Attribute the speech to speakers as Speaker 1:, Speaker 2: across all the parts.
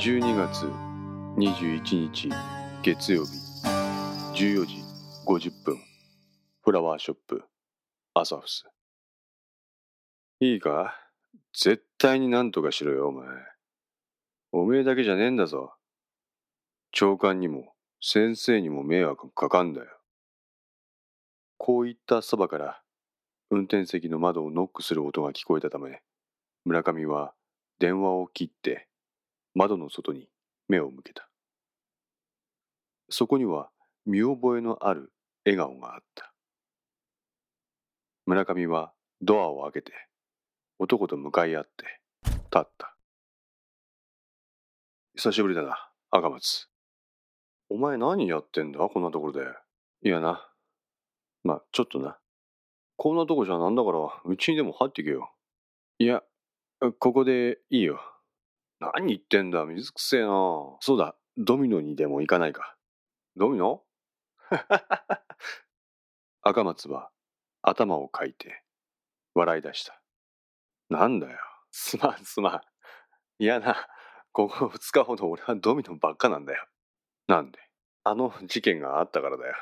Speaker 1: 12月21日月曜日14時50分フラワーショップアサフス。いいか、絶対に何とかしろよお前。おめえだけじゃねえんだぞ。長官にも先生にも迷惑かかんだよ。こう言ったそばから運転席の窓をノックする音が聞こえたため、村上は電話を切って窓の外に目を向けた。そこには見覚えのある笑顔があった。村上はドアを開けて男と向かい合って立った。久しぶりだな、赤松。お前何やってんだこんなところで。いやな。まあちょっとな。こんなとこじゃなんだからうちにでも入ってけよ。いや、ここでいいよ。何言ってんだ、水くせえな。そうだ、ドミノにでも行かないか。ドミノ赤松は頭をかいて笑い出した。なんだよ。すまんすまん。いやな、ここ2日ほど俺はドミノばっかなんだよ。なんで？あの事件があったからだよ。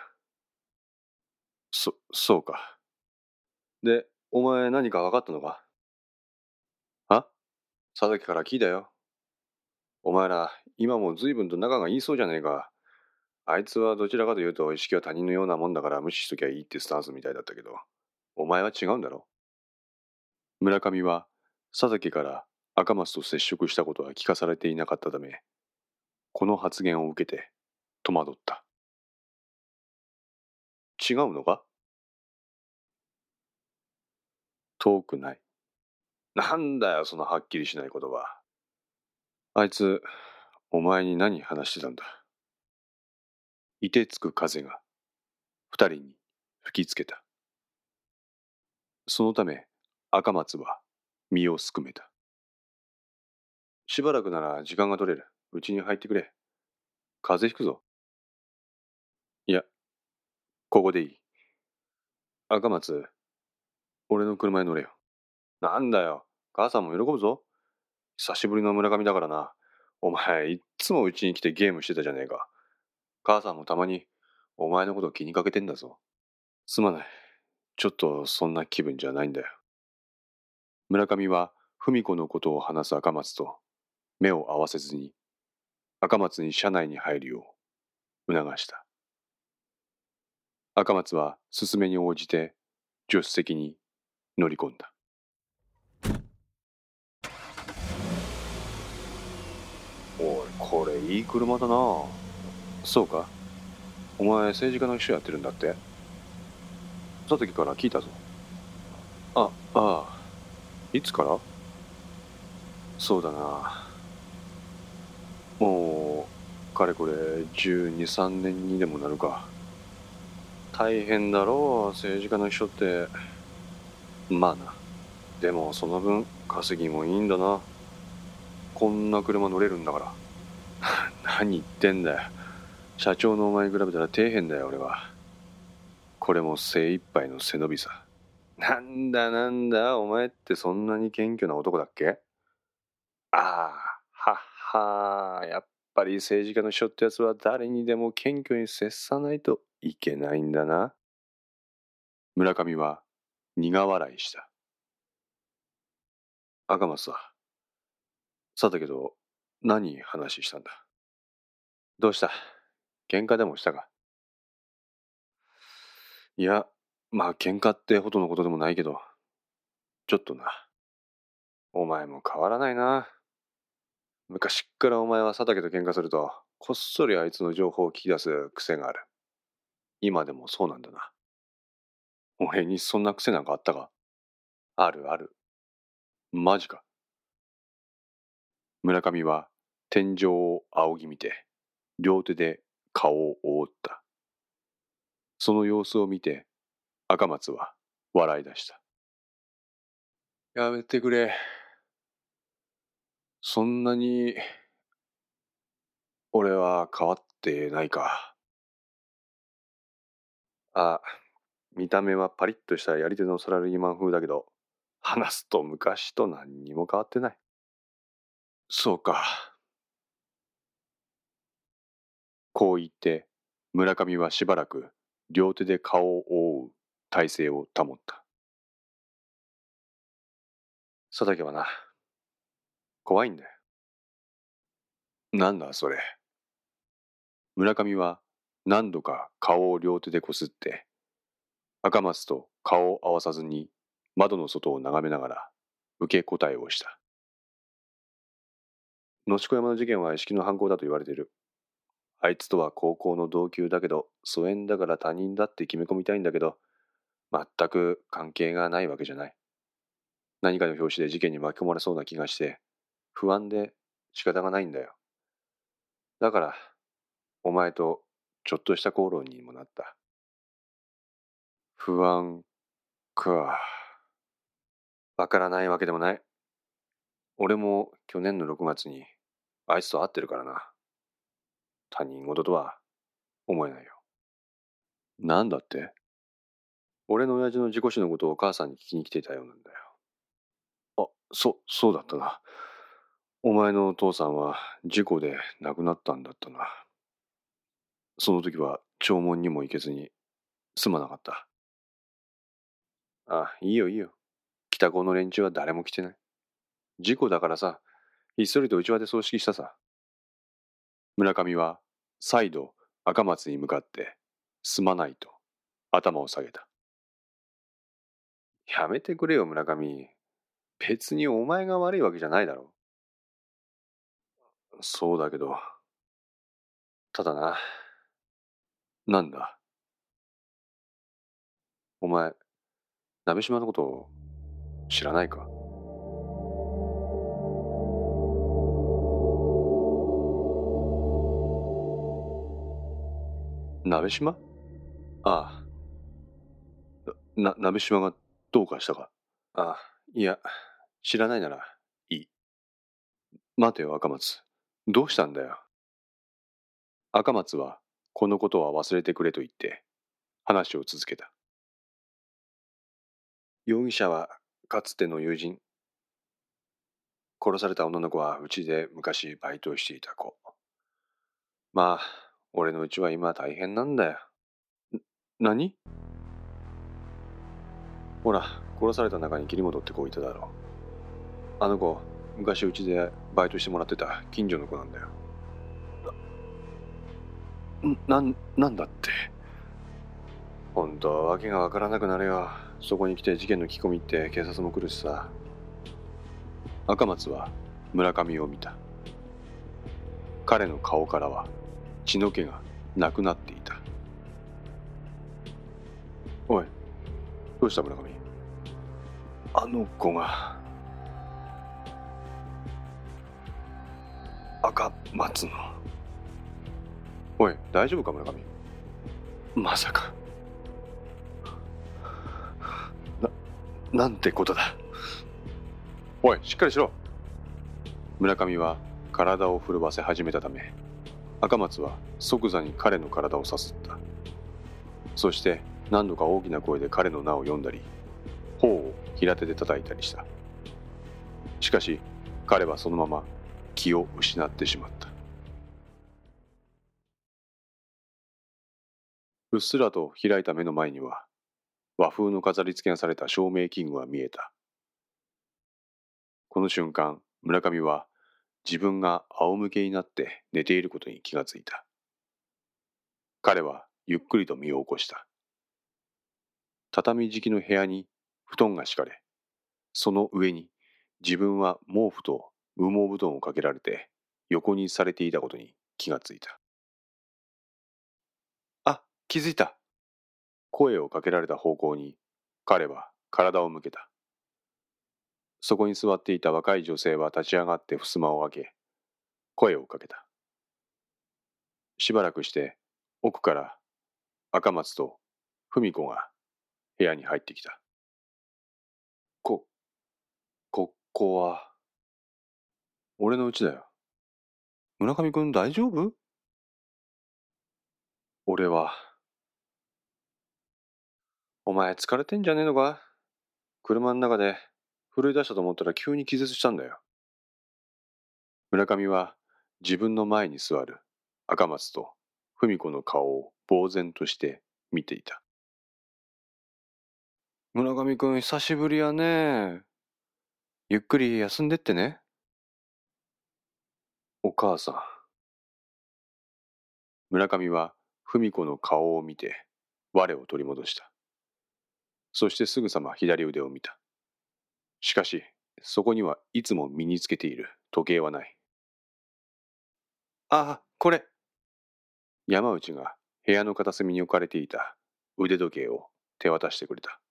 Speaker 1: そうか。で、お前何か分かったのか？あ？佐々木から聞いたよ。お前ら、今も随分と仲がいいそうじゃねえか。あいつはどちらかというと意識は他人のようなもんだから無視しときゃいいってスタンスみたいだったけど、お前は違うんだろ？村上は佐々木から赤松と接触したことは聞かされていなかったため、この発言を受けて戸惑った。違うのか？遠くない。なんだよそのはっきりしない言葉。あいつ、お前に何話してたんだ？凍てつく風が二人に吹きつけた。そのため赤松は身をすくめた。しばらくなら時間が取れる。うちに入ってくれ。風邪ひくぞ。いや、ここでいい。赤松、俺の車に乗れよ。なんだよ、母さんも喜ぶぞ。久しぶりの村上だからな。お前、いっつもうちに来てゲームしてたじゃねえか。母さんもたまにお前のこと気にかけてんだぞ。すまない。ちょっとそんな気分じゃないんだよ。村上は文子のことを話す赤松と目を合わせずに赤松に車内に入るよう促した。赤松は勧めに応じて助手席に乗り込んだ。おい、これいい車だな。そうか。お前政治家の秘書やってるんだって？佐々木から聞いたぞ。ああ、いつから？そうだな。もうかれこれ12、3年にでもなるか。大変だろう政治家の秘書って。まあな。でもその分稼ぎもいいんだな。こんな車乗れるんだから。何言ってんだよ。社長のお前に比べたら底辺だよ俺は。これも精一杯の背伸びさ。なんだお前ってそんなに謙虚な男だっけ？ああ、はっは、やっぱり政治家の秘書ってやつは誰にでも謙虚に接さないといけないんだな。村上は苦笑いした。赤松さ、さだけど何話したんだ？どうした？喧嘩でもしたか？いや、まあ喧嘩ってほどのことでもないけど、ちょっとな。お前も変わらないな。昔っからお前は佐竹と喧嘩すると、こっそりあいつの情報を聞き出す癖がある。今でもそうなんだな。俺にそんな癖なんかあったか？あるある。マジか。村上は天井を仰ぎ見て、両手で顔を覆った。その様子を見て、赤松は笑い出した。やめてくれ。そんなに、俺は変わってないか。あ、見た目はパリッとしたやり手のサラリーマン風だけど、話すと昔と何にも変わってない。そうか。 こう言って、村上はしばらく両手で顔を覆う体勢を保った。佐竹はな、怖いんだよ。なんだそれ。村上は何度か顔を両手でこすって、赤松と顔を合わさずに窓の外を眺めながら受け答えをした。野子山の事件は石木の犯行だと言われている。あいつとは高校の同級だけど、疎遠だから他人だって決め込みたいんだけど、全く関係がないわけじゃない。何かの拍子で事件に巻き込まれそうな気がして、不安で仕方がないんだよ。だから、お前とちょっとした口論にもなった。不安か。わからないわけでもない。俺も去年の6月にあいつと会ってるからな。他人事とは思えないよ。なんだって？俺の親父の事故死のことを母さんに聞きに来ていたようなんだよ。あ、そうだったな。お前のお父さんは事故で亡くなったんだったな。その時は弔問にも行けずにすまなかった。あ、いいよいいよ。北高の連中は誰も来てない。事故だからさ、ひっそりと内輪で葬式したさ。村上は再度赤松に向かってすまないと頭を下げた。やめてくれよ村上。別にお前が悪いわけじゃないだろ。そうだけど、ただな。なんだ。お前、鍋島のこと知らないか？鍋島？ああ、鍋島がどうかしたか？ああ、いや、知らないならいい。待てよ赤松。どうしたんだよ。赤松はこのことは忘れてくれと言って話を続けた。容疑者はかつての友人。殺された女の子はうちで昔バイトをしていた子。まあ、俺のうちは今大変なんだよ。何？ほら、殺された中に桐本って子いただろう。あの子、昔うちでバイトしてもらってた近所の子なんだよ。なんだって。本当はわけがわからなくなるよ。そこに来て事件の聞き込みって警察も来るしさ。赤松は村上を見た。彼の顔からは血の気がなくなっていた。おい、どうした村上？あの子が赤松の。おい、大丈夫か村上？まさか。なんてことだ。おい、しっかりしろ。村上は体を震わせ始めたため、赤松は即座に彼の体をさすった。そして何度か大きな声で彼の名を呼んだり、頬を平手で叩いたりした。しかし彼はそのまま気を失ってしまった。うっすらと開いた目の前には和風の飾り付けがされた照明器具が見えた。この瞬間、村上は自分が仰向けになって寝ていることに気がついた。彼はゆっくりと身を起こした。畳敷きの部屋に布団が敷かれ、その上に自分は毛布と羽毛布団をかけられて横にされていたことに気がついた。あ、気づいた。声をかけられた方向に彼は体を向けた。そこに座っていた若い女性は立ち上がって襖を開け、声をかけた。しばらくして奥から赤松と文子が部屋に入ってきた。ここは俺の家だよ。村上くん大丈夫？俺は。お前疲れてんじゃねえのか？車の中で震え出したと思ったら急に気絶したんだよ。村上は自分の前に座る赤松と文子の顔を呆然として見ていた。村上くん久しぶりやね。ゆっくり休んでってね。お母さん。村上は文子の顔を見て我を取り戻した。そしてすぐさま左腕を見た。しかし、そこにはいつも身につけている時計はない。ああ、これ。山内が部屋の片隅に置かれていた腕時計を手渡してくれた。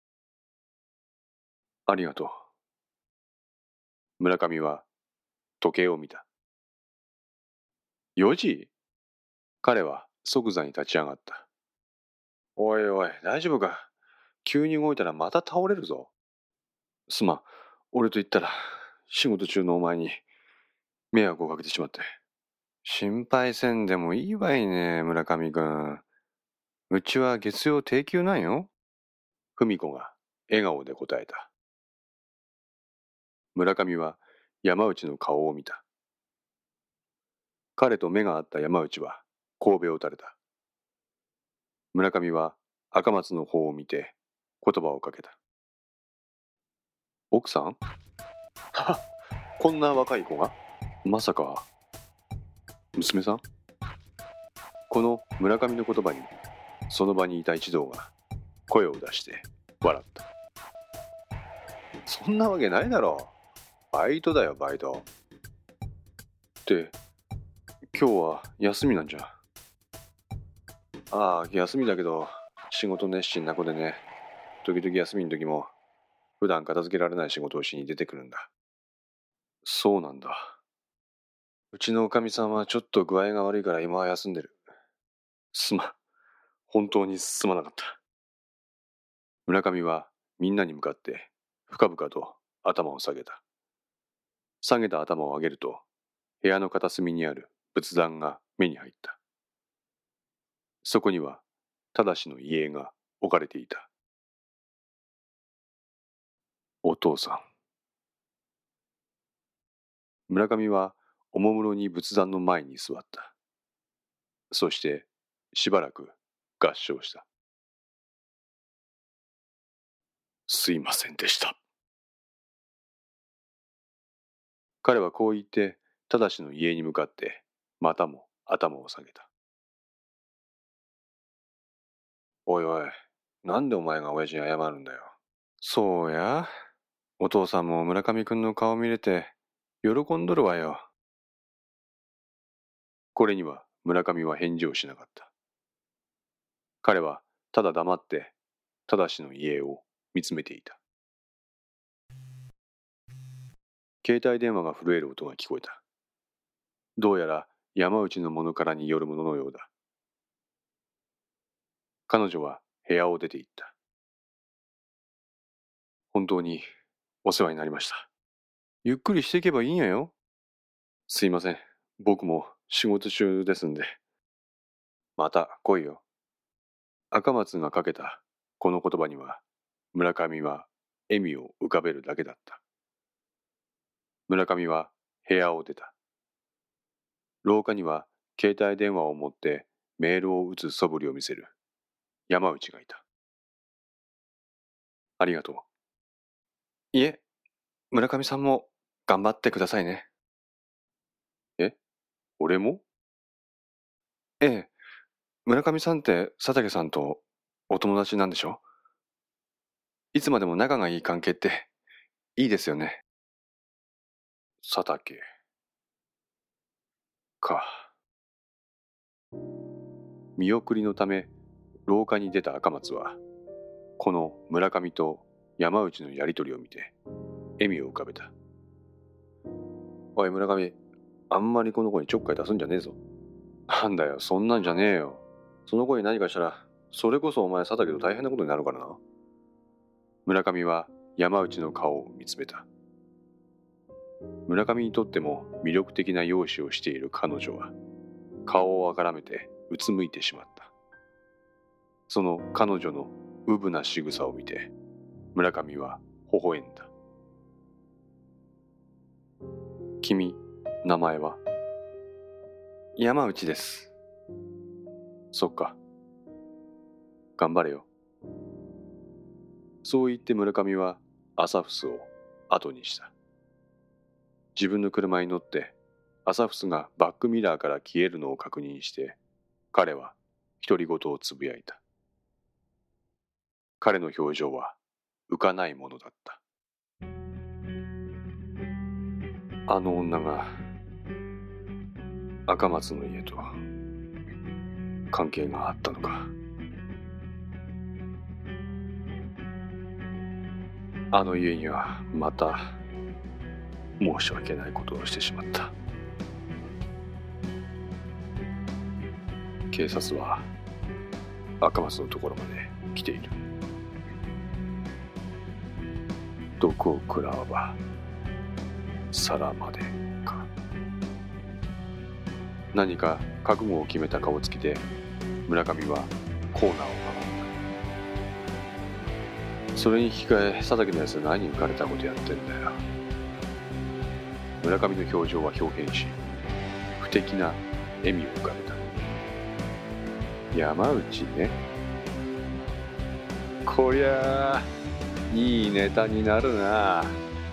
Speaker 1: ありがとう。村上は時計を見た。4時？彼は即座に立ち上がった。おいおい、大丈夫か？急に動いたらまた倒れるぞ。すまん、俺と言ったら仕事中のお前に迷惑をかけてしまって。心配せんでもいいわいね、村上くん。うちは月曜定休なんよ。文子が笑顔で答えた。村上は山内の顔を見た。彼と目が合った山内は神戸を垂れた。村上は赤松の方を見て言葉をかけた。奥さん？はっ、こんな若い子が？まさか娘さん？この村上の言葉にその場にいた一同が声を出して笑った。そんなわけないだろう。バイトだよ、バイト。って今日は休みなんじゃ。ああ、休みだけど仕事熱心な子でね、時々休みの時も普段片付けられない仕事をしに出てくるんだ。そうなんだ。うちのおかみさんはちょっと具合が悪いから今は休んでる。本当にすまなかった。村上はみんなに向かって深々と頭を下げた。下げた頭を上げると部屋の片隅にある仏壇が目に入った。そこには正の遺影が置かれていた。お父さん。村上はおもむろに仏壇の前に座った。そしてしばらく合掌した。すいませんでした。彼はこう言って正の遺影に向かってまたも頭を下げた。おいおい、なんでお前が親父に謝るんだよ。そうや、お父さんも村上くんの顔見れて喜んどるわよ。これには村上は返事をしなかった。彼はただ黙って正の遺影を見つめていた。携帯電話が震える音が聞こえた。どうやら山内のものからによるもののようだ。彼女は部屋を出て行った。本当にお世話になりました。ゆっくりしていけばいいんやよ。すいません。僕も仕事中ですんで。また来いよ。赤松がかけたこの言葉には村上は笑みを浮かべるだけだった。村上は部屋を出た。廊下には携帯電話を持ってメールを打つ素振りを見せる山内がいた。ありがとう。いえ、村上さんも頑張ってくださいね。え、俺も？ええ、村上さんって佐竹さんとお友達なんでしょ？いつまでも仲がいい関係っていいですよね。佐竹か。見送りのため廊下に出た赤松はこの村上と山内のやりとりを見て笑みを浮かべた。おい村上、あんまりこの子にちょっかい出すんじゃねえぞ。なんだよ、そんなんじゃねえよ。その子に何かしたらそれこそお前佐竹と大変なことになるからな。村上は山内の顔を見つめた。村上にとっても魅力的な容姿をしている彼女は顔をあからめてうつむいてしまった。その彼女のうぶな仕草を見て村上は微笑んだ。君、名前は？山内です。 そっか。頑張れよ。そう言って村上はアサフスを後にした。自分の車に乗ってアサフスがバックミラーから消えるのを確認して、彼は独り言をつぶやいた。彼の表情は浮かないものだった。あの女が赤松の家と関係があったのか。あの家にはまた申し訳ないことをしてしまった。警察は赤松のところまで来ている。毒を食らわば皿までか。何か覚悟を決めた顔つきで村上はコーナーを回った。それに引き換え佐竹のやつ何浮かれたことやってんだよ。村上の表情は表変し、不敵な笑みを浮かべた。山内ね。こりゃあいいネタになるな。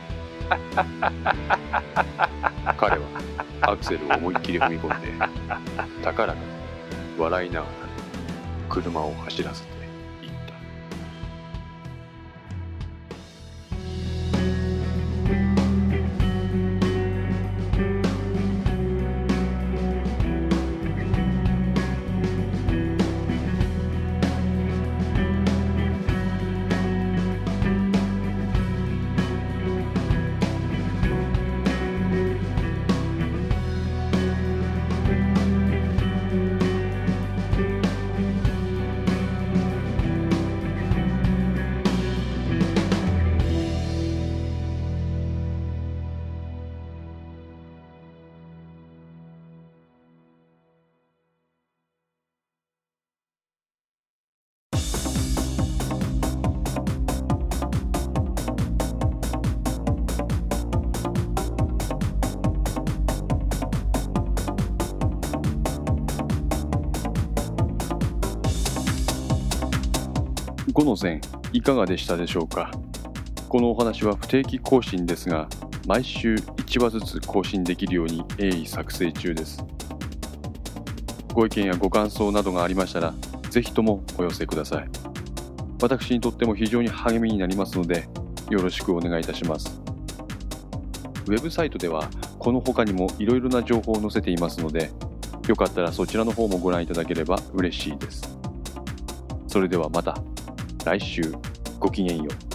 Speaker 1: 彼はアクセルを思いっきり踏み込んで高らかに笑いながら車を走らせていった。
Speaker 2: 5の線いかがでしたでしょうか。このお話は不定期更新ですが、毎週1話ずつ更新できるように鋭意作成中です。ご意見やご感想などがありましたら、ぜひともお寄せください。私にとっても非常に励みになりますので、よろしくお願いいたします。ウェブサイトではこの他にもいろいろな情報を載せていますので、よかったらそちらの方もご覧いただければ嬉しいです。それではまた来週、ごきげんよう。